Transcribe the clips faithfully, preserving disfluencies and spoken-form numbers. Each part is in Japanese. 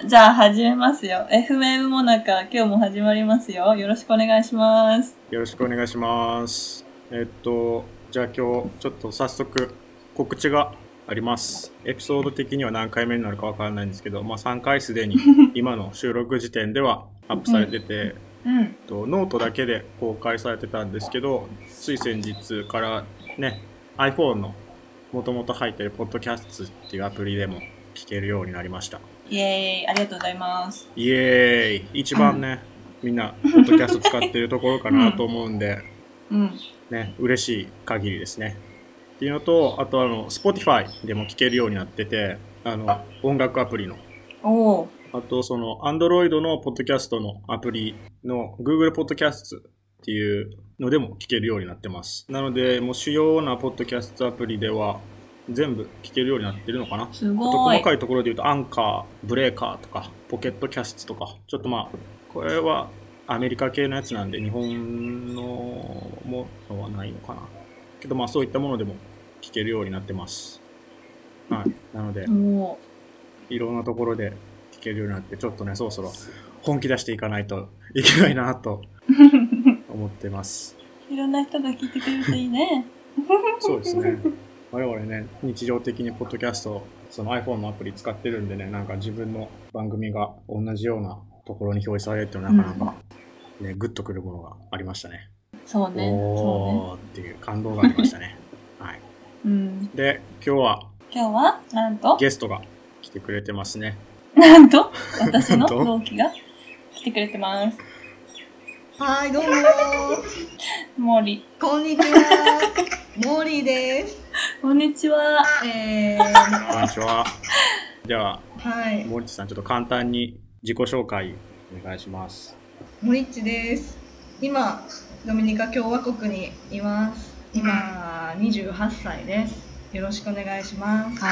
じゃあ始めますよ。エフエム モナカ、今日も始まりますよ。よろしくお願いします。 よろしくお願いします。えっと、じゃあ今日ちょっと早速告知があります。エピソード的には何回目になるかわからないんですけど、まあさんかいすでに今の収録時点ではアップされてて、 うんうん、 とノートだけで公開されてたんですけど、つい先日からね、iPhone のもともと入ってるポッドキャストっていうアプリでも聞けるようになりました。 イエーイ、ありがとうございます。 イエーイ、一番ね、うん、みんなポッドキャスト使ってるところかなと思うんで、 うん、 ね、嬉しい限りですね。っていうのと、あとあの Spotify でも聴けるようになってて、あの音楽アプリの。 おー。 あとその Android のポッドキャストのアプリの Google Podcasts っていうのでも聴けるようになってます。なのでもう主要なポッドキャストアプリでは全部聴けるようになってるのかな。 すごい。 あと細かいところで言うとアンカー、ブレーカーとかポケットキャストとか、ちょっとまあこれはアメリカ系のやつなんで日本のものはないのかな。けどまあそういったものでも聴けるようになってます。はい。なのでいろんなところで聴けるようになって、ちょっとねそろそろ本気出していかないといけないなと思ってます。 いろんな人が聞いてくれるといいね。 そうですね。我々ね、日常的にポッドキャスト、その iPhone のアプリ使ってるんでね、なんか自分の番組が同じようなところに表示されるっていうのはなかなかね、うん、グッとくるものがありましたね。 そうね。 おーっていう感動がありましたね。はい。うん、で、今日は今日はなんとゲストが来てくれてますね。 なんと私の同期が来てくれてます。 はい、どうもモーリー。こんにちは。モーリーです。 こんにちは。 えー、 こんにちは。では、 はい、 モリッチさん、ちょっと簡単に自己紹介お願いします。 モリッチです。今、ドミニカ共和国にいます。今、にじゅうはっさいです。よろしくお願いします。 はい。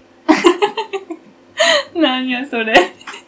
なんやそれ。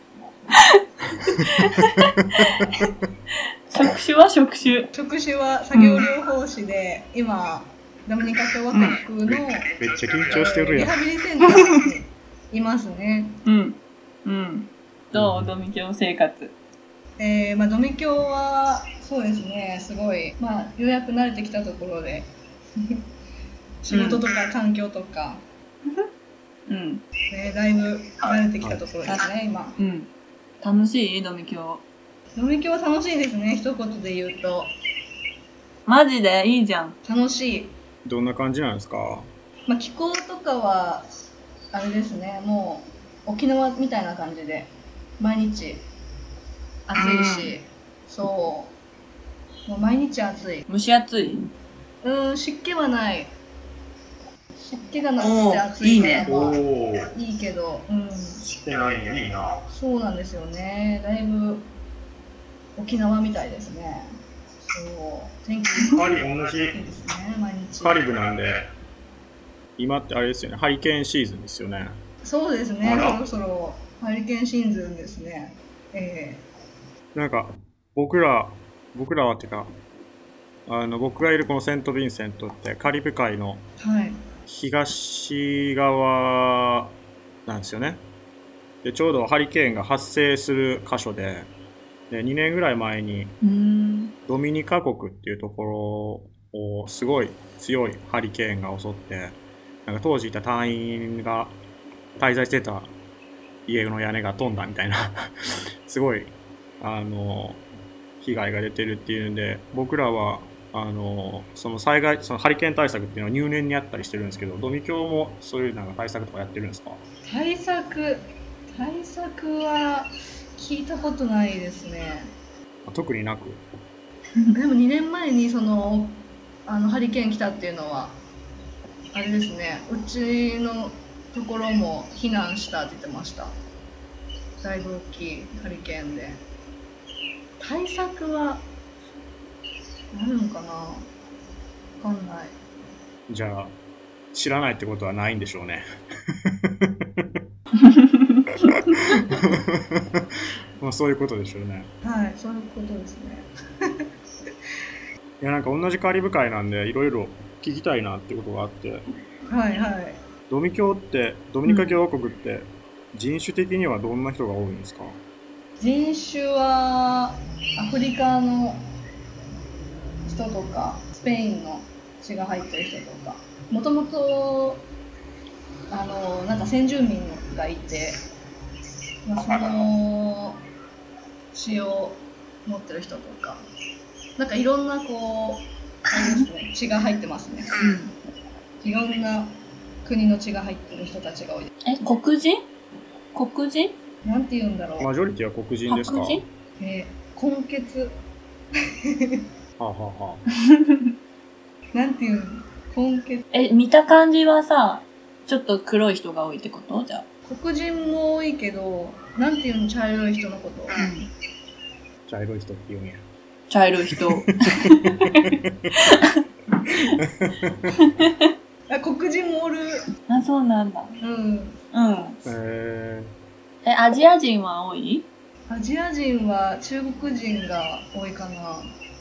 職種は職種職種は作業療法士で、うん、今ドミニカ共和国の、うん、めっちゃ緊張してるやん。 リハビリセンターにいますね。 うんうんどうドミ共生活。 えーまあ、ドミ共はそうですね、すごい、まあ、ようやく慣れてきたところで仕事とか環境とか、 うんね、だいぶ慣れてきたところですね、今。 うん、楽しいドミ共。 ドミ共は楽しいですね、一言で言うと。 マジでいいじゃん。 楽しい。 どんな感じなんですか？ まあ、気候とかはあれですね、もう沖縄みたいな感じで毎日暑いし、うん、そうもう毎日暑い。 蒸し暑い？ うん、湿気はない。湿気がなくて暑いからいいね。まあ、いいけど、うん、 湿気ないのいいな。 そうなんですよね。だいぶ沖縄みたいですね。そう天気カリブ同じですね、毎日。 カリブなんで今ってあれですよね、ハリケーンシーズンですよね。 そうですね、そろそろハリケーンシーズンですね。えー、なんか僕ら僕らはっていうかあの僕がいるこのセント・ヴィンセントってカリブ海の東側なんですよね。でちょうどハリケーンが発生する箇所で、でにねんぐらい前にドミニカ国っていうところをすごい強いハリケーンが襲って、なんか当時いた隊員が滞在してた家の屋根が飛んだみたいなすごいあの被害が出てるっていうんで、僕らはあのその災害そのハリケーン対策っていうのは入念にやったりしてるんですけど、ドミ共もそういうなんか対策とかやってるんですか？ 対策対策は聞いたことないですね。 特になく。 でもにねんまえにそのあのハリケーン来たっていうのはあれですね、うちのところも避難したって言ってました。だいぶ大きいハリケーンで。対策はあるのかな、わかんない。 じゃあ知らないってことはないんでしょうねまあそういうことでしょうね。 はい、そういうことですねいやなんか同じカリブ海なんでいろいろ聞きたいなってことがあって、 はいはい。 ドミ共ってドミニカ共和国って人種的にはどんな人が多いんですか？ 人種はアフリカの人とかスペインの血が入ってる人とか、もともとあのなんか先住民がいて、まあ、その血を持ってる人とか、なんかいろんなこうあれですね、血が入ってますね。いろんな国の血が入ってる人たちが多い。 え、黒人？黒人？ なんて言うんだろう。 マジョリティは黒人ですか？ 白人？ えー、根血。 はあ、はあはあ、なんて言うの？根血。 え、見た感じはさ、ちょっと黒い人が多いってこと？じゃあ。 黒人も多いけど、なんて言うの？茶色い人のこと。うん、 茶色い人って言うんや。 茶色い人。 あ、黒人もおる。 あ、そうなんだ。 うん。うん。 へえ、アジア人は多い？ アジア人は中国人が多いかな。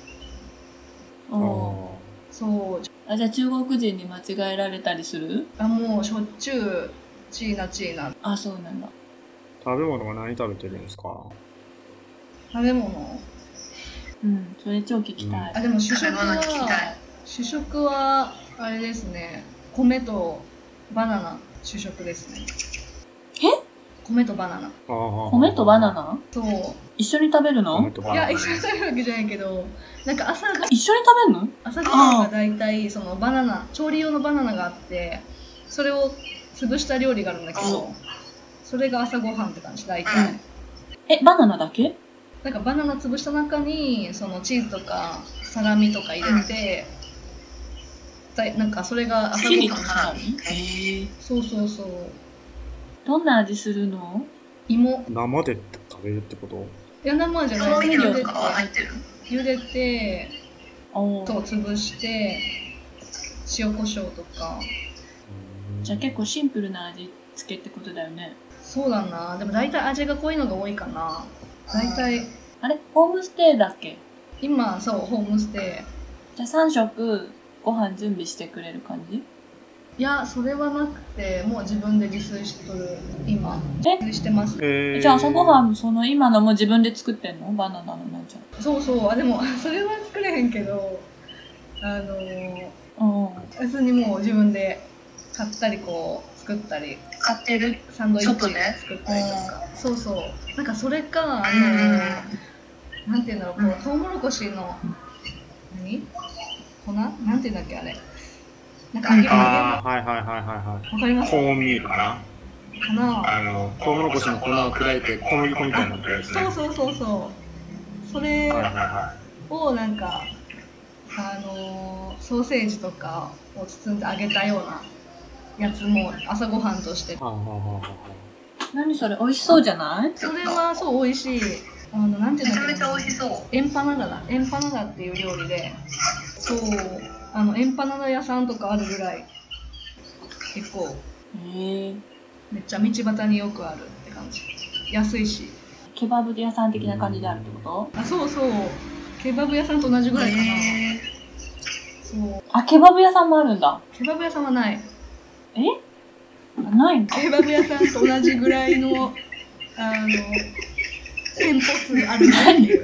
おそう。あ、じゃあ中国人に間違えられたりする？ あ、もうしょっちゅうチーナチーナ。 あ、そうなんだ。 食べ物は何食べてるんですか？ 食べ物？ うん、それ超聞きたい。 うん、あ、でも主食は主食はあれですね。米とバナナ主食ですね。 え？ 米とバナナ。 米とバナナ？ そう。 一緒に食べるの？ いや、一緒に食べるわけじゃないけど、なんか朝が一緒に食べるの？ 朝ごはんがだいたいそのバナナ、調理用のバナナがあって、それを潰した料理があるんだけど、それが朝ごはんって感じ、だいたい。 え、バナナだけ？ なんかバナナ潰した中にそのチーズとかサラミとか入れて、うん、なんかそれが朝ごはんになる。へー。そうそうそう。 どんな味するの？ 芋。 生で食べるってこと？ いや、生じゃない。調味料とか入ってる？茹でて、と潰して塩コショウとか。 じゃあ結構シンプルな味付けってことだよね。 そうだな。でも大体味が濃いのが多いかな。大体。 あれ、ホームステイだっけ？ 今、そう、ホームステイ。じゃあさん食ご飯準備してくれる感じ？ いや、それはなくて、もう自分で自炊しとる、今。自炊してます。 えー、じゃあ朝ごはん、その今のも自分で作ってんの？バナナのなんちゃん。 そうそう。あ、でも、それは作れへんけど、あのー、普通にもう自分で買ったりこう、作ったり。買ってるサンドイッチ作ったりとか。そうそう。なんかそれか、あのー、なんていうんだろう、こう、トウモロコシの、何？粉？なんていうんだっけ、あれ。なんか揚げ物。 ああ、はいはいはいはいはい。 わかります？ コーンミールかな？ かな？ あの、トウモロコシの粉を砕いて小麦粉みたいになってるやつね。 そうそうそうそう。それをなんか、あのー、ソーセージとかを包んで揚げたようなやつも朝ごはんとして。 何それ、美味しそうじゃない？ それはそう美味しい。あの、なんていうんだっけ？めちゃめちゃ美味しそう。エンパナダだ。エンパナダっていう料理で、そう。あのエンパナダ屋さんとかあるぐらい結構へめっちゃ道端によくあるって感じ。安いし。 ケバブ屋さん的な感じであるってこと？ あ、そうそう。ケバブ屋さんと同じぐらいかな。そう。 あ、ケバブ屋さんもあるんだ。 ケバブ屋さんはない。 え？ないんだ。 ケバブ屋さんと同じぐらいのあの店舗数あるなっていう。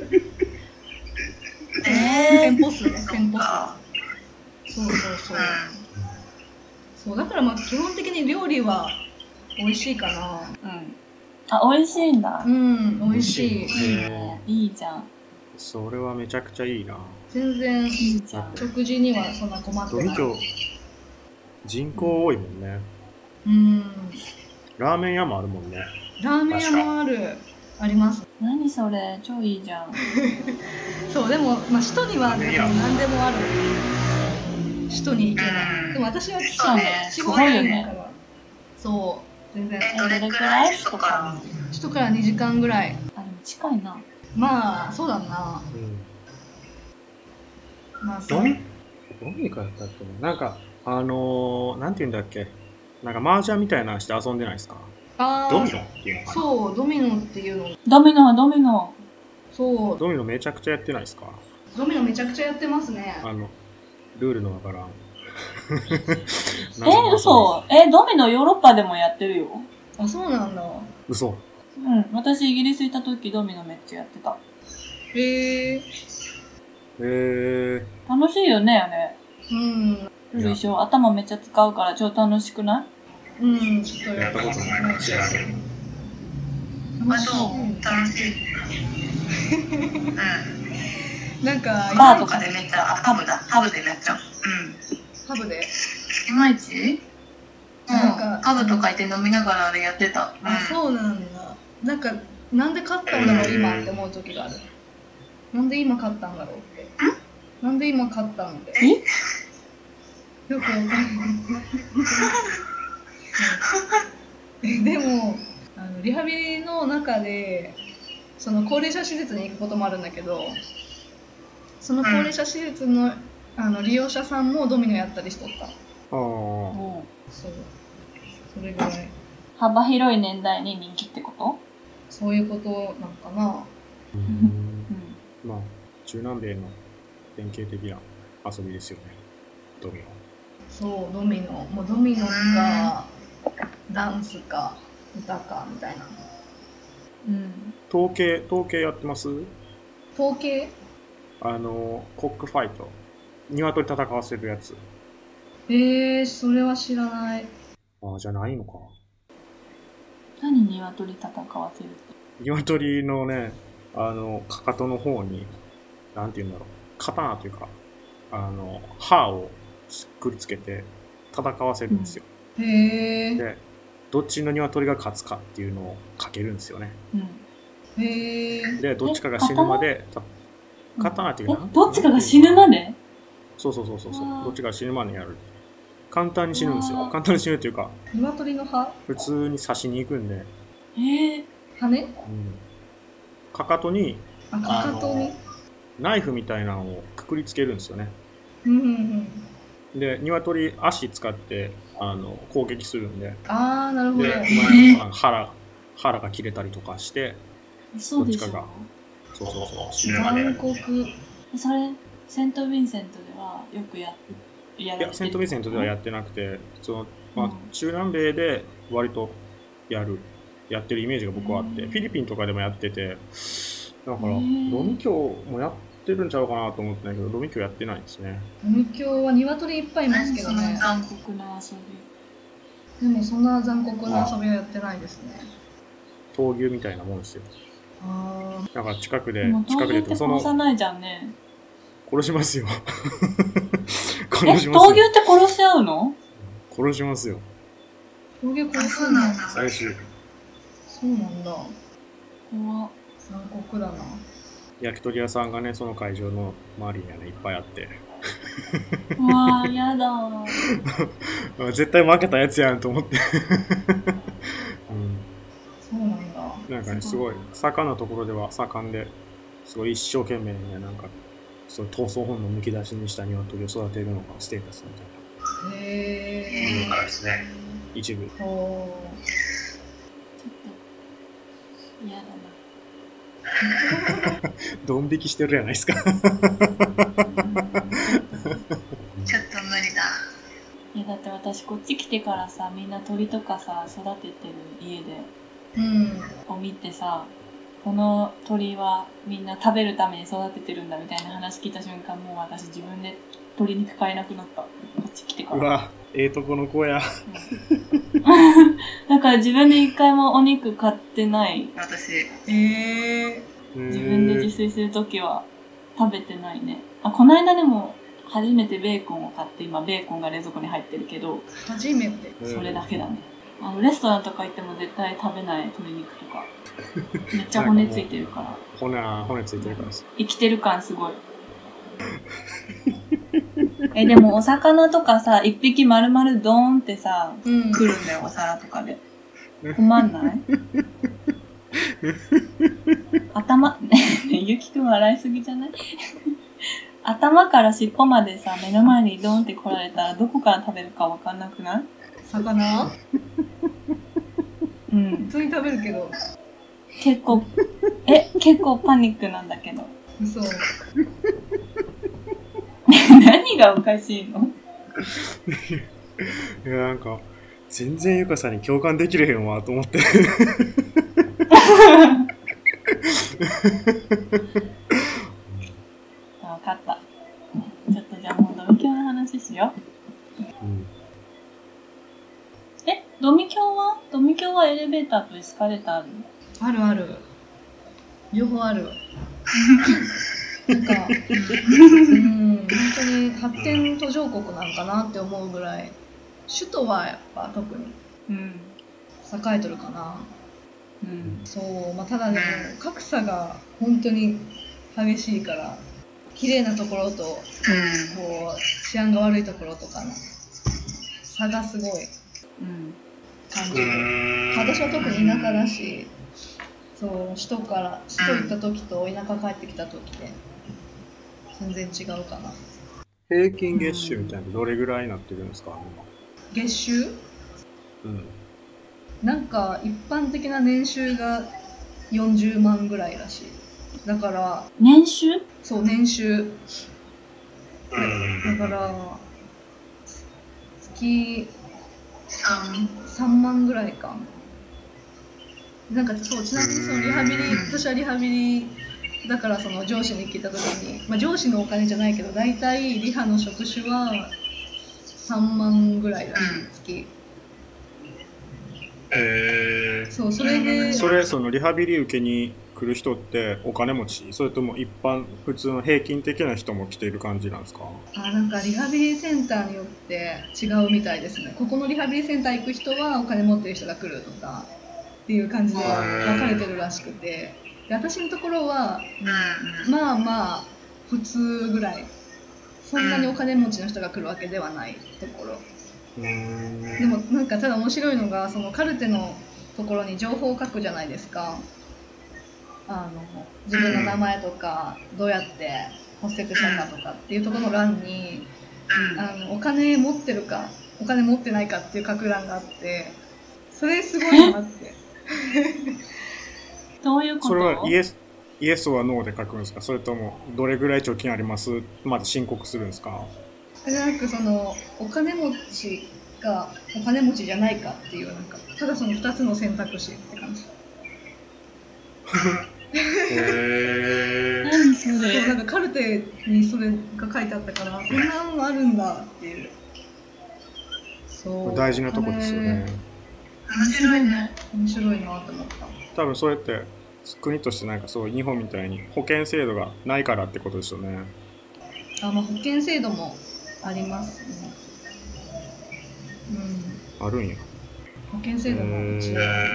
えー、店舗数ね。店舗数。そうそうそう。そうだからまあ基本的に料理は美味しいかな。 うん。あ、美味しいんだ。 うん、美味しい。 いいね。いいじゃん。 それはめちゃくちゃいいな。 全然いいじゃん。 食事にはそんな困ってない。 ドミ町人口多いもんね。 うん。 ラーメン屋もあるもんね。 ラーメン屋もある。あります。 何それ、超いいじゃん。 そうでもまあ首都にはでも何でもある。首都に行けば。でも私はそうね、すごいよね。 そう全然。 え、どれくらい？首都から？ 首都からにじかんぐらい。 あ、でも近いな。 まあそうだな。うん。まあそう。 どうにかやったっけな。なんかあのー、なんていうんだっけ。なんか麻雀みたいなのして遊んでないですか？ あドミノっていうのかな。 そう、ドミノっていうの。 ドミノはドミノ。 そう。 ドミノめちゃくちゃやってないですか？ ドミノめちゃくちゃやってますね。 あのルールのわからん。 え、嘘？え、ドミノヨーロッパでもやってるよ。 あ、そうなんだ。 嘘。 うん、私イギリス行った時ドミノめっちゃやってた。 へえ。 へえ。 楽しいよね、あれ。 うん。 ルール一緒、頭めっちゃ使うから超楽しくない？ うん、ちょっとやったことないから知らんけど。 あ、そう、楽しい。うん。なんか、 バーとかでめっちゃ、あ、ハブだ。ハブでめっちゃ。うん。ハブでいまいち？ なんか、ハブとかいて飲みながらあれやってた。あ、そうなんだ。なんか、なんで勝ったんだろう、今って思う時がある。なんで今勝ったんだろうって。なんで今勝ったんって。え？よくわかんない。でも、あのリハビリの中で、その高齢者施設に行くこともあるんだけど、その高齢者施設の、あの利用者さんもドミノやったりしとった。ああ。そう。それぐらい。 幅広い年代に人気ってこと？ そういうことなんかな。 うん。まあ、中南米の典型的な遊びですよね。ドミノ。そう、ドミノ。 もうドミノか、ダンスか、歌かみたいな。 うん。 統計、統計やってます？ 統計？ あの、コックファイト。鶏戦わせるやつ。 えー、それは知らない。 ああ、じゃないのか。 何鶏戦わせるって？ 鶏のね、あの、かかとの方に、なんて言うんだろう。刀というか、あの、刃をくっつけて戦わせるんですよ。 うん、へー。 で、どっちの鶏が勝つかっていうのをかけるんですよね。 うん、 へー。 で、どっちかが死ぬまで、刀っていうかな、 どっちかが死ぬまで？ そうそうそうそうそう。どっちかが死ぬまでやる。簡単に死ぬんですよ。簡単に死ぬっていうか、 鶏の歯？ 普通に刺しに行くんで。 えー、 羽？ うん。かかとに、 あ、かかとにナイフみたいなのをくくりつけるんですよね。 うんうんうん。 で、鶏足使ってあの攻撃するんで。 あー、なるほど。 で、前の腹、腹が切れたりとかして、 そうでしょ。 どっちかが、そうそうそう、 死ぬまでやる。残酷。 それ、セント・ヴィンセントではよくやってやられてる？いや、 セント・ヴィンセントではやってなくて、その、まあ、中南米で割とやる、やってるイメージが僕はあって、フィリピンとかでもやってて、だから、ドミキョもやってるんちゃうかなと思ってないけど、ドミキョやってないんですね。 ドミキョは鶏いっぱいいますけどね。 残酷な遊び。でもそんな残酷な遊びはやってないですね。 闘牛みたいなもんですよ。 ああ。 なんか近くで、 近くでって殺さないじゃんね。 殺しますよ。 殺しますよ。え、闘牛って殺し合うの？ 殺しますよ。 闘牛殺すんだ。 最終。 そうなんだ。 怖っ。 残酷だな。 焼き鳥屋さんがね、その会場の周りにはね、いっぱいあって。 うわー、やだー。絶対負けたやつやんと思って。 うん。そうなんだ。 なんかね、すごい、盛んなところでは盛んで、すごい一生懸命にね、なんか、そういう闘争本能むき出しにした鶏を育てるのがステータスみたいな。 へー。 からですね。一部。 おー。ちょっと、嫌だな。 ドン引きしてるじゃないですか。ちょっと無理だ。 いやだって私こっち来てからさ、みんな鳥とかさ育ててる家で、 うん、 を見てさ、この鳥はみんな食べるために育ててるんだみたいな話聞いた瞬間、もう私自分で鶏肉買えなくなった。こっち来てから。 うわ、ええとこの子や。 だから自分で一回もお肉買ってない。 私。えー、自分で自炊するときは食べてないね。あ、この間でも初めてベーコンを買って、今ベーコンが冷蔵庫に入ってるけど。 初めて。 それだけだね。あのレストランとか行っても絶対食べない鶏肉とか。めっちゃ骨ついてるから。 骨、骨ついてるからです。 生きてる感すごい。え、でもお魚とかさ、一匹丸々ドーンってさ、うん、来るんだよ、お皿とかで。困んない？頭、ね、ゆきくん笑いすぎじゃない？頭から尻尾までさ、目の前にドーンって来られたら、どこから食べるかわかんなくない？ 魚？ うん。 普通に食べるけど。 結構、え、結構パニックなんだけど。 嘘。 何がおかしいの？ いや、なんか、 全然ゆかさんに共感できれへんわと思って分かった。ちょっとじゃあもうドミ教の話しよう、うん、え、ドミ教はドミ教はエレベーターとエスカレーターある？ あるある、両方あるなんかうん本当に発展途上国なんかなって思うぐらい、首都はやっぱ特に栄えとるかな、うん、そう、まあ、ただでも格差が本当に激しいから、綺麗なところと、うん、こう治安が悪いところとかの差がすごい感じる。私は特に田舎だし、そう首都から首都行った時と田舎帰ってきた時で全然違うかな。 平均月収みたいなどれぐらいになってるんですか？ 月収？ うん。 なんか一般的な年収がよんじゅうまんぐらいらしい。だから年収？ そう年収。だから月さんまんぐらいか。なんかそう、ちなみにそのリハビリ、私はリハビリだからその上司に聞いた時に、まあ、上司のお金じゃないけど大体リハの職種はさんまんぐらいだし、月。 へー。 そう、それでそれそのリハビリ受けに来る人ってお金持ち、それとも一般普通の平均的な人も来ている感じなんですか？ あ、なんかリハビリセンターによって違うみたいですね。ここのリハビリセンター行く人はお金持ってる人が来るとかっていう感じで分かれてるらしくて、で私のところは、うん、まあまあ普通ぐらい、そんなにお金持ちの人が来るわけではないところ。でもなんかただ面白いのが、そのカルテのところに情報を書くじゃないですか。あの自分の名前とかどうやって骨折したかとかっていうところの欄に、あのお金持ってるかお金持ってないかっていう書く欄があって、それすごいなってどういうこと？ それはイエスイエスはノーで書くんですか？それともどれぐらい貯金ありますまで申告するんですか？ じゃなく、そのお金持ちかお金持ちじゃないかっていう、なんかただそのふたつの選択肢って感じへー。 何それ？ そう、なんかカルテにそれが書いてあったから、そんなのあるんだっていう。 そう大事なとこですよね。 面白いね。 面白いなと思った。 多分それって国としてなんかそう日本みたいに保険制度がないからってことですよね。 あ、まあ、保険制度もありますね。 うん。あるんや。 保険制度もうちはあります。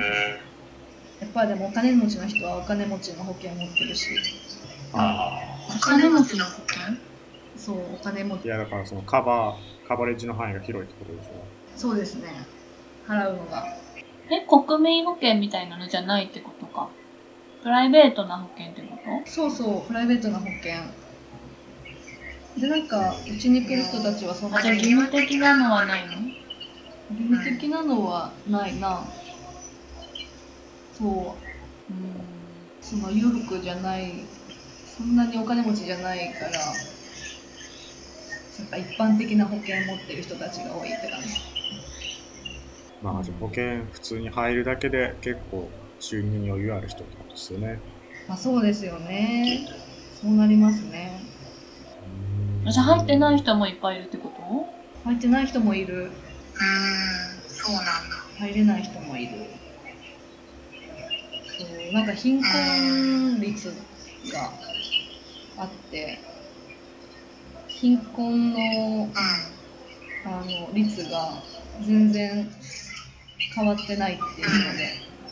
やっぱりでもお金持ちの人はお金持ちの保険持ってるし。 ああ、お金持ちの保険？ そう、お金持ち。 いやだからそのカバーカバレッジの範囲が広いってことでしょ。 そうですね。払うのが。 え、国民保険みたいなのじゃないってことか。プライベートな保険ってこと？ そうそう、プライベートな保険。で、なんかうちに来る人たちはそんな。 あ、じゃあ義務的なのはないの？ 義務的なのはないな。そう、うん、その裕福じゃない、そんなにお金持ちじゃないから、なんか一般的な保険持ってる人たちが多いって感じ。 まあじゃあ保険普通に入るだけで結構収入に余裕ある人ってことですよね。 まあそうですよね。そうなりますね。 じゃあ入ってない人もいっぱいいるってこと？ 入ってない人もいる。うーん、 そうなんだ。 入れない人もいる。そう、なんか貧困率があって、貧困の、うん、あの率が全然変わってないっていうので、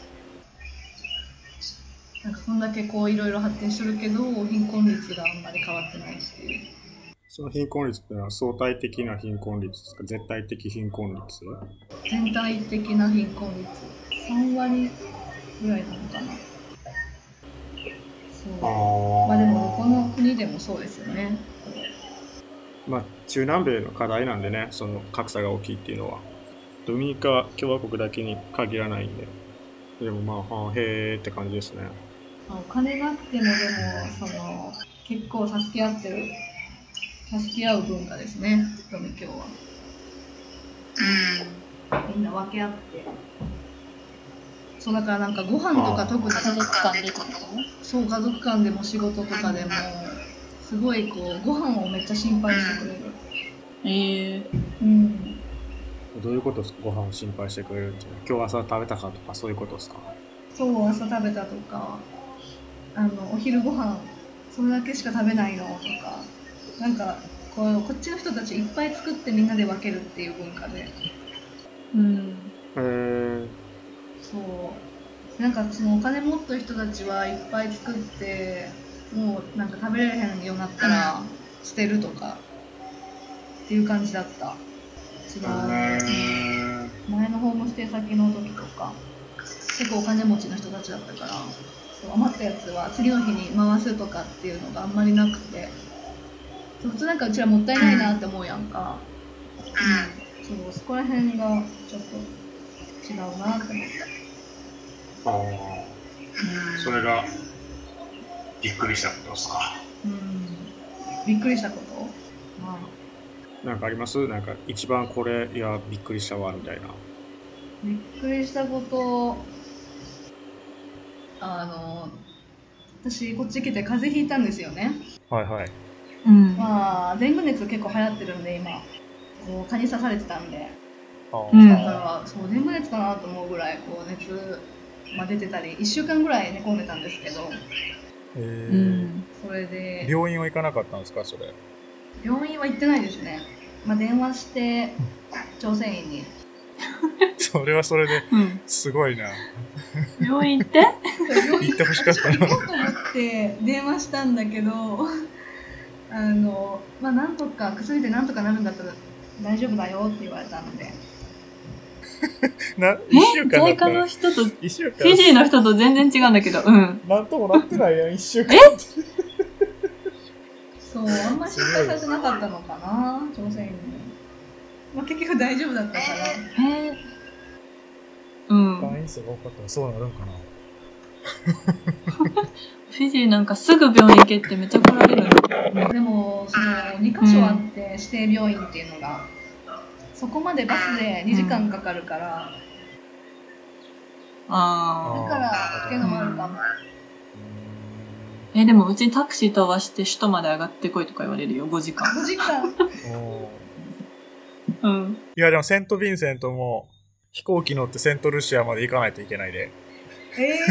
なんかこんだけこういろいろ発展してるけど貧困率があんまり変わってないっていう。 その貧困率ってのは相対的な貧困率ですか？絶対的貧困率？ 全体的な貧困率さんわりぐらいなのかな。そう。あ、まあでもどこの国でもそうですよね。 まあ中南米の課題なんでね、その格差が大きいっていうのはドミニカ共和国だけに限らないんで、でもまあ、はあ、へーって感じですね。 お金なくてもでもその結構助け合ってる、助け合う文化ですね、ドミ教は。 みんな分け合って。そうだからなんかご飯とか特に家族間でってこと？ そう家族間でも仕事とかでもすごいこうご飯をめっちゃ心配してくれる。 ええー、 うん。 どういうことですか？ご飯を心配してくれるっていうのは今日朝食べたかとかそういうことですか？ そう朝食べたとかあのお昼ご飯それだけしか食べないのとかなんかこうこっちの人たちいっぱい作ってみんなで分けるっていう文化で。 うん。 へえ。 そうなんかそのお金持ってる人たちはいっぱい作ってもうなんか食べれへんようになったら捨てるとかっていう感じだった。その前のホームステイ先の時とか結構お金持ちの人たちだったからそう余ったやつは次の日に回すとかっていうのがあんまりなくて普通なんかうちらもったいないなって思うやんか、うん、そうそこら辺がちょっと違うなって思った。 ああ、それがびっくりしたことですか？ うん、びっくりしたこと、まあ、なんかあります？なんか一番これいやびっくりしたわみたいな。 びっくりしたことあの私こっち来て風邪ひいたんですよね。 はいはい。 うん、 まあデング熱結構流行ってるんで今こう蚊に刺されてたんで、 うん、 だからそうデング熱かなと思うぐらいこう熱、まあ、出てたりいっしゅうかんぐらい寝込んでたんですけど、 へー、 それで病院は行かなかったんですか？それ病院は行ってないですね。まあ、電話して調整員にそれはそれですごいな、 うん、病院行って行ってほしかったな行こうと思って電話したんだけどあの、まあ、なんとか薬でなんとかなるんだったら大丈夫だよって言われたのでな、いっしゅうかんだったら在家の人とフいっしゅうかんィジーの人と全然違うんだけど、うん。 なんともなってないやん、いっしゅうかん。 えそう、あんまり心配されてなかったのかな、調整員に。まあ、結局大丈夫だったから。 へえ。うん。 会員数が多かったらそうなるんかな。 フィジーなんかすぐ病院行けってめっちゃ来られるの。 でも、そのにかしょあって指定病院っていうのが、うん、そこまでバスでにじかんかかるから、 うん、あだからっていうのもあるかも。 え、でもうちにタクシー飛ばして首都まで上がってこいとか言われるよ、ごじかん。 ごじかんうん。 いやでもセントヴィンセントも飛行機乗ってセントルシアまで行かないといけないで。 えー、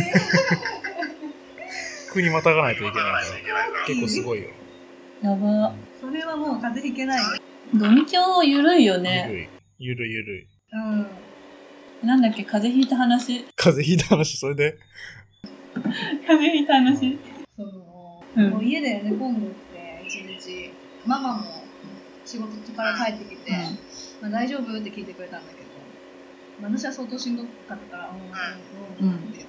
国またがないといけないから結構すごいよ。 やば。 それはもう風邪ひけないよ。 ドミ教ゆるいよね。 ゆるい。ゆるいゆるい。 うん。なんだっけ、風邪ひいた話。 風邪ひいた話、それで風邪ひいた話。 その、うん、もう家で寝込んでって一日、ママも仕事から帰ってきて、うん、まあ、大丈夫って聞いてくれたんだけど、まあ、私は相当しんどかったから、うん、うん、うんって言って、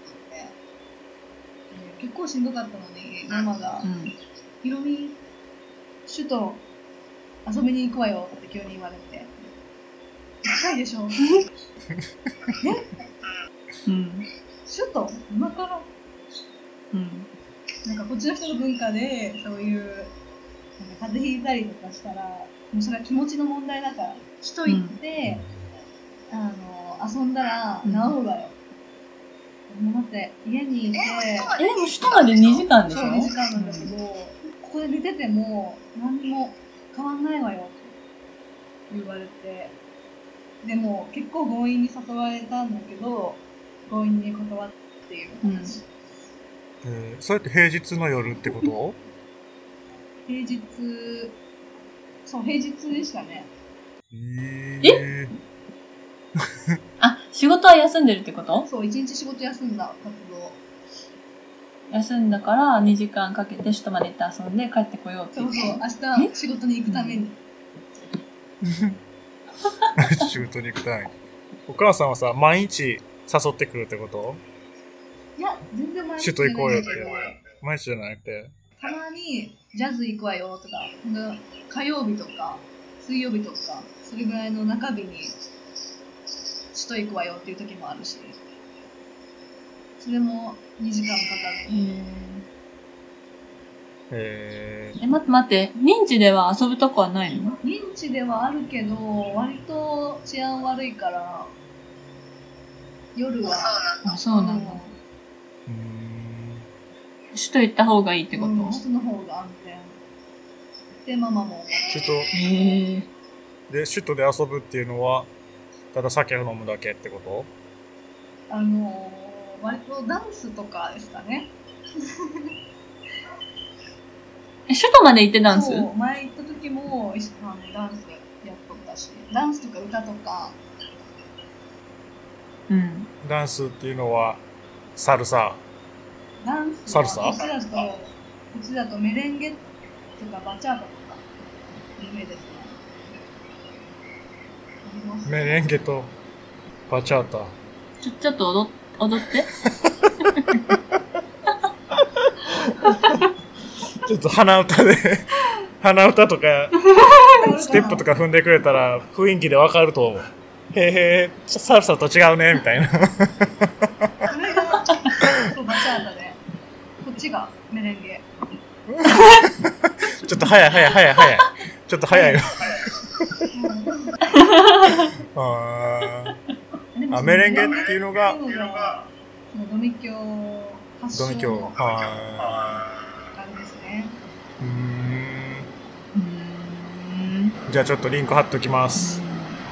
結構しんどかったのに、ママが、うん、ひろみ、首都遊びに行くわよって急に言われて、高いでしょえ、うん、首都今から、うん、なんかこっちの人の文化でそういうなんか風邪ひいたりとかしたらもうそれは気持ちの問題だから首都行って、うん、あの遊んだら治るわよ、うん、もうだって家にいてえでも首都までにじかんでしょ。 そうにじかんなんだけど、うん、ここで寝てても何も変わんないわよって言われて、でも結構強引に誘われたんだけど強引に断っていう話、 うん、えー、それって平日の夜ってこと平日、そう平日でしたね。 えー、 えあ、仕事は休んでるってこと？ そう、一日仕事休んだ活動休んだからにじかんかけて首都まで行って遊んで帰ってこようって。 そうそう、明日仕事に行くために仕事に行くために。お母さんはさ、毎日誘ってくるってこと？ いや、全然毎日首都行こうよって。毎日じゃなくて。 たまにジャズ行くわよとか、火曜日とか水曜日とか、それぐらいの中日に首都行くわよっていう時もあるし、それもにじかんかかる。 へー。え、待って待って、認知では遊ぶとこはないの？ 認知ではあるけど、割と治安悪いから、 夜はあ、そうなんだ。 うーん。 首都行った方がいいってこと？ うん、首都の方が安全。で、ママも。 首都、 へえ。 で、首都で遊ぶっていうのは、ただ酒を飲むだけってこと？ あのー、割とダンスとかですかね。 え、首都まで行ってダンス？ そう、前行った時も、あのダンスやっとったし、ダンスとか歌とか。 うん。 ダンスっていうのは、サルサ。 ダンスサルサ？ うちだと、うちだとメレンゲとかバチャータとか、有名ですね。 メレンゲとバチャータ。 ちょ、ちょっと踊っ、踊って。 ちょっと鼻歌で、鼻歌とか、ステップとか踏んでくれたら雰囲気でわかると思う。へーへー、サルサと違うね、みたいな。 それが、そうバチャータで、こっちがメレンゲ。 ちょっと早い早い早い早い。ちょっと早いよ。ああ、メレンゲっていうのが、 ドミキョ発祥ドミキョ。 のああれですね。 ーうーん。 うーん。 じゃあちょっとリンク貼っときます。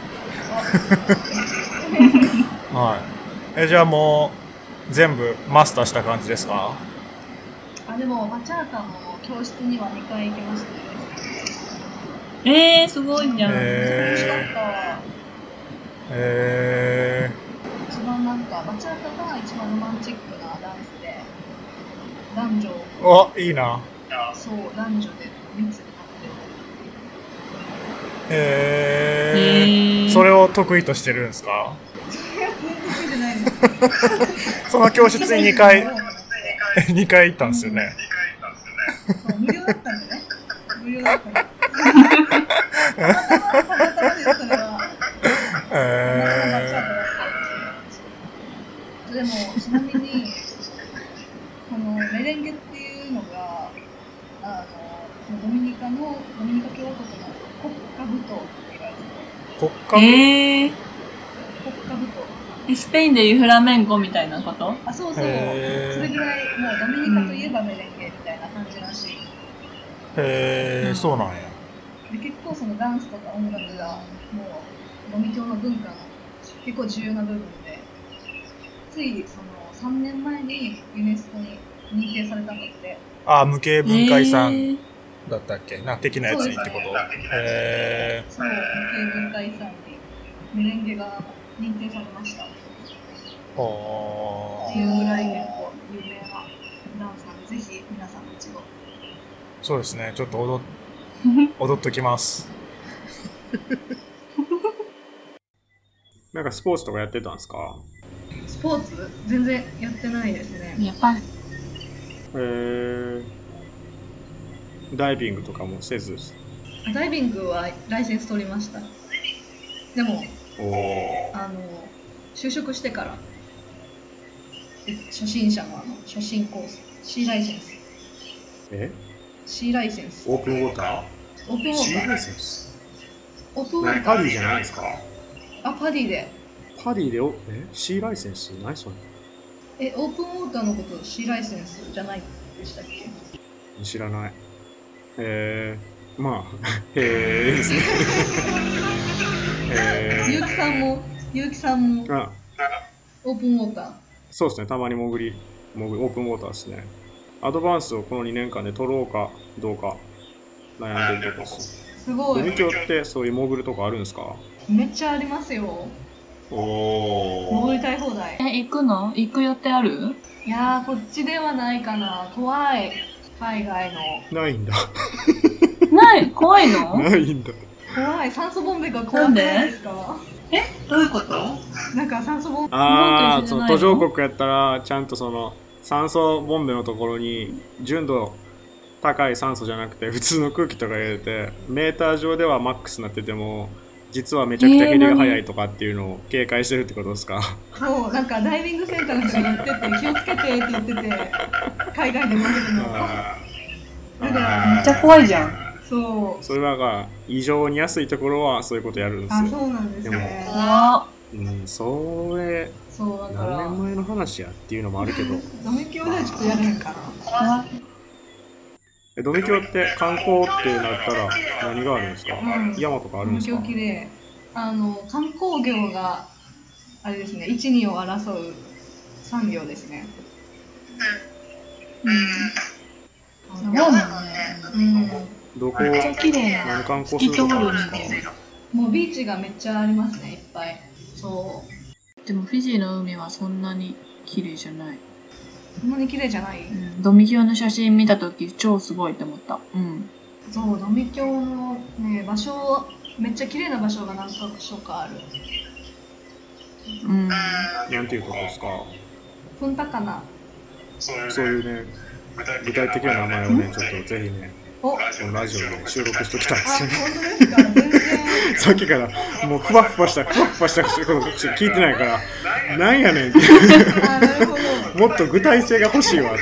はい。え、じゃあもう全部マスターした感じですか？ あ、でもバチャータの教室にはにかい行きましたね。 えー、すごいじゃん。 へ楽しかっー。 た。 え一番なんかバチャータが一番ロマンチックなダンスで、男女ー。お、いいな。 そう男女で密になってへー。 へー。 それを得意としてるんですか？ 得意じゃないの。 その教室ににかい、にかい行ったんですよね。 そう無料だったんでね。無料だったんで。たまたまたまたまですそれは。 えでもちなみにこのメレンゲっていうのがあのドミニカのドミニカ共和国の国家舞踏って言われてる。 国家えー。 国家舞踏。 えスペインでいうフラメンコみたいなこと？ あ、そうそう。そへーれぐらいもうドミニカといえばメレンゲみたいな感じらしい。 へー、そうなんや。 で結構そのダンスとか音楽がもうドミ教の文化の結構重要な部分で、ついそのさんねんまえにユネスコに認定されたんだって。 あ、無形文化遺産えーだったっけな、的なやつにってこと？へそう、無形文化遺産にメレンゲが認定されました。 ー。 っていうぐらい結構有名なダンスなんで、ぜひ皆さんも一度。 そうですね、ちょっと踊っ踊っときます。なんかスポーツとかやってたんですか？ スポーツ全然やってないですね。 やっぱり。 へー。ダイビングとかもせず。 ダイビングはライセンス取りました。でも、 おあの就職してから初心者のあの初心コース C ライセンスえ C ライセンスオープンウォーター？ オープンウォ C ーターライセンス？ オープンウォーターパディじゃないですか？ あ、パディでパディでおえ C ライセンス？何それ？ え、オープンウォーターのこと C ライセンスじゃないでしたっけ？ 知らない。へー。まあ、へーですね。へゆうきさんも、ゆうきさんもー。あ、 オープンウォーター。 そうですね、たまに潜り、潜り、オープンウォーターですね。アドバンスをこのにねんかんで取ろうかどうか悩んでるとこです。 すごい。 ドミキョってそういう潜るとこあるんですか？ めっちゃありますよ。 お潜りたい放題。 え、行くの？行く予定ある？ いやー、こっちではないかな。怖い。海外の。 ないんだ。 ない怖いの？ ないんだ。 怖い。酸素ボンベが怖くないですか？ えどういうこと？ なんか酸素ボンベ。 ああ、そう、 日本と一緒じゃないの？ 途上国やったら、ちゃんとその、酸素ボンベのところに、純度高い酸素じゃなくて、普通の空気とか入れて、メーター上ではマックスになってても、実はめちゃくちゃ減りが早いとかっていうのを警戒してるってことですか？ そう、なんかダイビングセンターの人が言ってて、気をつけてって言ってて、海外で潜るの。 あだからめっちゃ怖いじゃん。 そう。 それはが異常に安いところはそういうことやるんですあ、 よ。 そうなんですね。 怖っ。 うん、それそうだから何年前の話やっていうのもあるけどドミキョではちょっとやれへんかな。 えドミキョって観光ってなったら何があるんですか、 うん、 山とかあるんですか。 ドミキョ綺麗。あの観光業があれですね、一二を争う産業ですね。 うんすごいもんね。 うん、 どこめっちゃ綺麗な何観光するとこあるんですか。 もうビーチがめっちゃありますね、いっぱい。そうでもフィジーの海はそんなに綺麗じゃない。 そんなに綺麗じゃない、 うん、ドミキョの写真見たとき超すごいと思った。うん。 そう、ドミキョのね、場所、めっちゃ綺麗な場所が何か所かある。 うん。 なんていうとこですか。 プンタカナ。 そういうね、具体的な名前をね、ちょっとぜひね、 お、 このラジオで収録しときたいであ、 すよね。 本当ですか。全然。 さっきからもうふわふわしたふわふわしたこと聞いてないから、なんやねんって。 あ、なるほど。 もっと具体性が欲しいわと思って。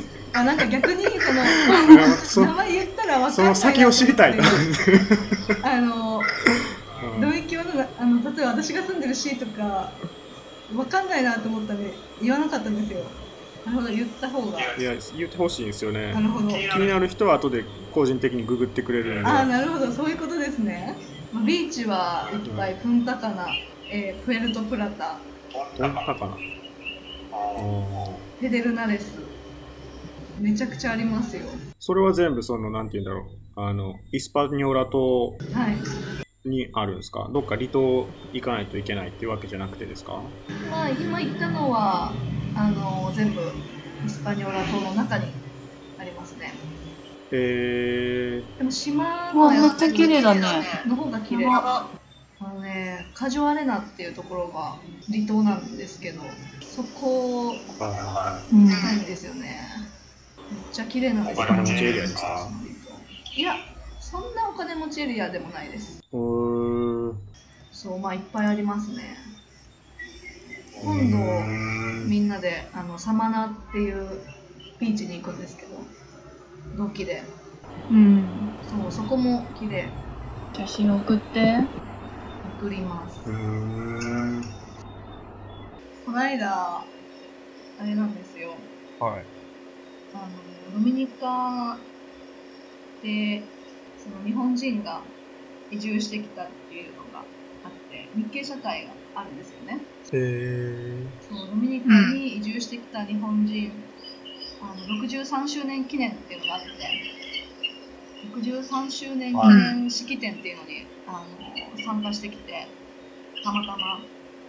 あ、なんか逆にその名前言ったら分かんない。 その先を知りたい。 あの、ドミキョのあの例えば私が住んでる市とか分かんないなと思ったんで言わなかったんですよ。なるほど、言った方が。 いや、言ってほしいんですよね。 なるほど。 気になる人は後で個人的にググってくれるんで。 あ、なるほど、そういうことですね。ビーチはいっぱい、プンタカナ、えー、プエルトプラタ、 プンタカナ、 ペデルナレス、めちゃくちゃありますよ。 それは全部そのなんていうんだろう、あのイスパニョーラ島にあるんですか。どっか離島行かないといけないっていうわけじゃなくてですか。 まあ今言ったのはあの全部イスパニョーラ島の中にありますね。 へえ。 でも島のめっちゃ綺麗だね。 の方が綺麗。あのね、カジュアレナっていうところが離島なんですけど、そこ行きたいんですよね。めっちゃ綺麗なんですよ。 お金持ちエリアですか。 いや、そんなお金持ちエリアでもないです。 うそう、まあいっぱいありますね。今度みんなであのサマナっていうビーチに行くんですけど、同期で。 うん。 そう、そこも綺麗。 写真送って。 送ります。 うーん。 この間あれなんですよ。 はい。 あのドミニカでその日本人が移住してきたっていうのがあって、日系社会があるんですよね。 へー。 そう、ドミニカに移住してきた日本人、うん、あのろくじゅうさんしゅうねん記念っていうのがあって、ろくじゅうさんしゅうねん記念式典っていうのに、あの参加してきて、たまたま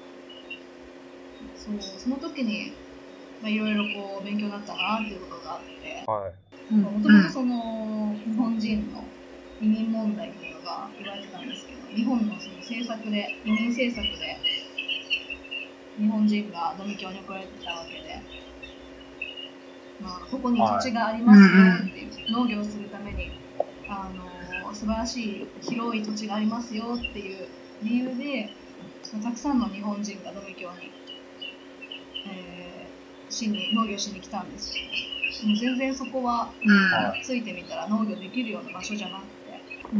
そう、その時にまあいろいろこう勉強になったなっていうことがあって、 はい。 もともとその日本人の移民問題っていうのが言われてたんですけど、日本のその政策で、移民政策で日本人がドミキョに送られてきたわけで、まあ、ここに土地がありますよっていう、はい、農業をするためにあの素晴らしい広い土地がありますよっていう理由で、たくさんの日本人がドミキョに、えー、しに農業しに来たんですけど、もう全然そこは、うん、ついてみたら農業できるような場所じゃなくて、 うんうん、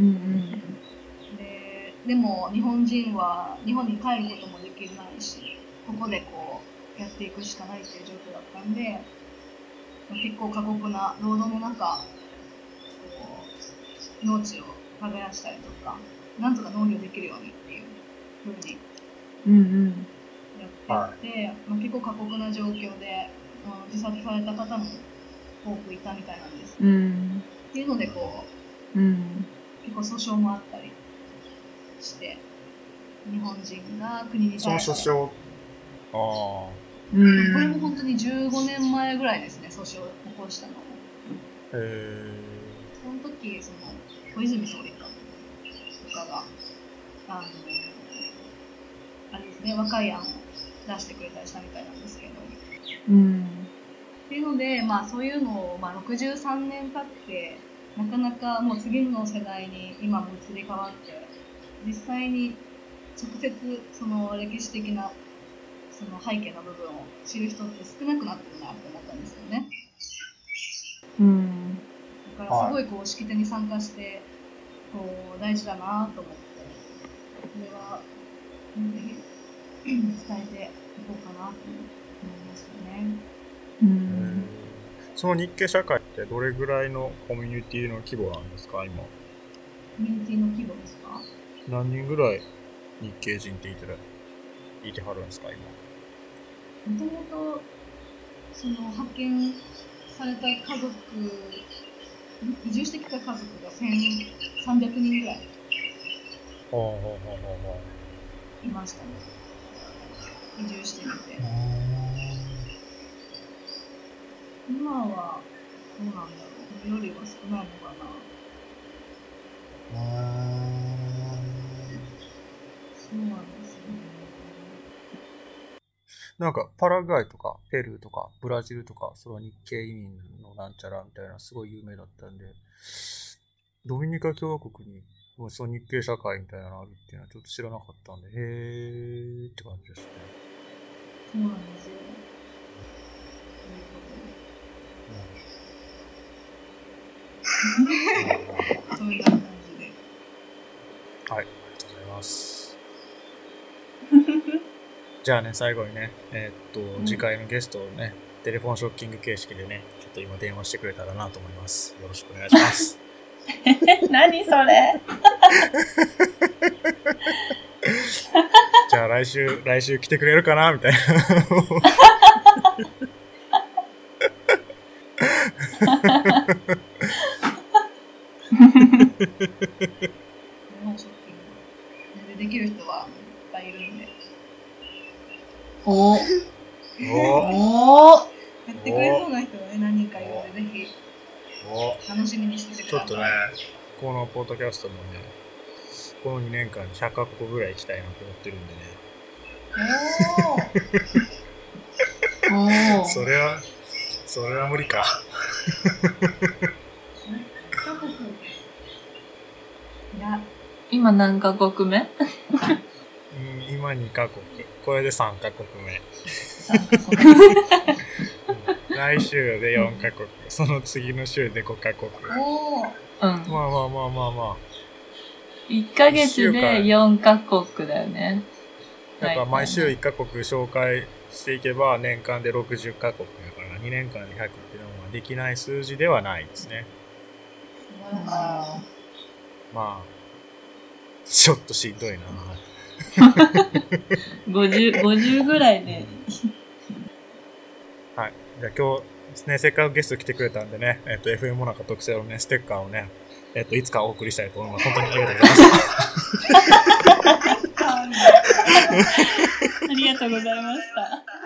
で, でも日本人は日本に帰ることもできないし、ここでこうやっていくしかないっていう状況だったんで、結構過酷な労働の中、こう農地を耕したりとか、なんとか農業できるようにっていう風にやっていて、うんうん、まあ、結構過酷な状況で、まあ、自殺された方も多くいたみたいなんです、 うん、 っていうのでこう、うん、結構訴訟もあったりして、日本人が国に対して、 その訴訟、あうん、これも本当にじゅうごねんまえぐらいですね、訴訟を起こしたの。へえ。 その時、その小泉総理かとかがあのあれですね、和解案を出してくれたりしたみたいなんですけど、 うん、 っていうので、まあそういうのを、まあ、ろくじゅうさんねん経ってなかなかもう次の世代に今も移り変わって、実際に直接その歴史的なその背景の部分を知る人って少なくなってるなって思ったんですよね。 うん、 だからすごいこう式典に参加してこう大事だなと思って、それは伝えていこうかなと思いましたね。 うん、その日系社会ってどれぐらいのコミュニティの規模なんですか、今。 コミュニティの規模ですか？ 何人ぐらい日系人っていてる、いてはるんですか、今。 もともとその派遣された家族、移住してきた家族がせんさんびゃくにんぐらいいましたね。移住してみて。今はどうなんだろう。よりは少ないのかな。そうなんですね。 なんかパラグアイとかペルーとかブラジルとか、その日系移民のなんちゃらみたいなすごい有名だったんで、ドミニカ共和国にその日系社会みたいなのあるっていうのはちょっと知らなかったんで、へーって感じですね。 そうなんですよ。そんな感じで。 はい、ありがとうございます。じゃあね、最後にね、えー、っと、うん、次回のゲストをね、テレフォンショッキング形式でね、ちょっと今電話してくれたらなと思います。よろしくお願いします。 何それじゃあ来週、来週来てくれるかなみたいな。 できる人はいっぱいいるんで。 おおおやってくれそうな人がね、何人かいるので、ぜひ楽しみにしててください。 ちょっとね、このポッドキャストもね、このにねんかんでひゃっかこくぐらい行きたいなと思ってるんでね。おおそれは、それは無理か。 いや、 今何カ国目？ うん、今にカ国。これでさんカ国目。 さんカ国来週でよんカ国。その次の週でごカ国。 おー。 うん。 まあまあまあまあまあ。 いっかげつでよんカ国だよね。 だから毎週いっカ国紹介していけば年間でろくじゅっカ国だからにねんかんでひゃくっていうのはできない数字ではないですね。 あまあ、ちょっとしんどいな。 ごじゅう、ごじゅうぐらいで。 はい。じゃあ今日、ね、せっかくゲスト来てくれたんでね、えっと、エフエム モナカ特製のね、ステッカーをね、えっと、いつかお送りしたいと思います。本当にありがとうございました。 ありがとうございました。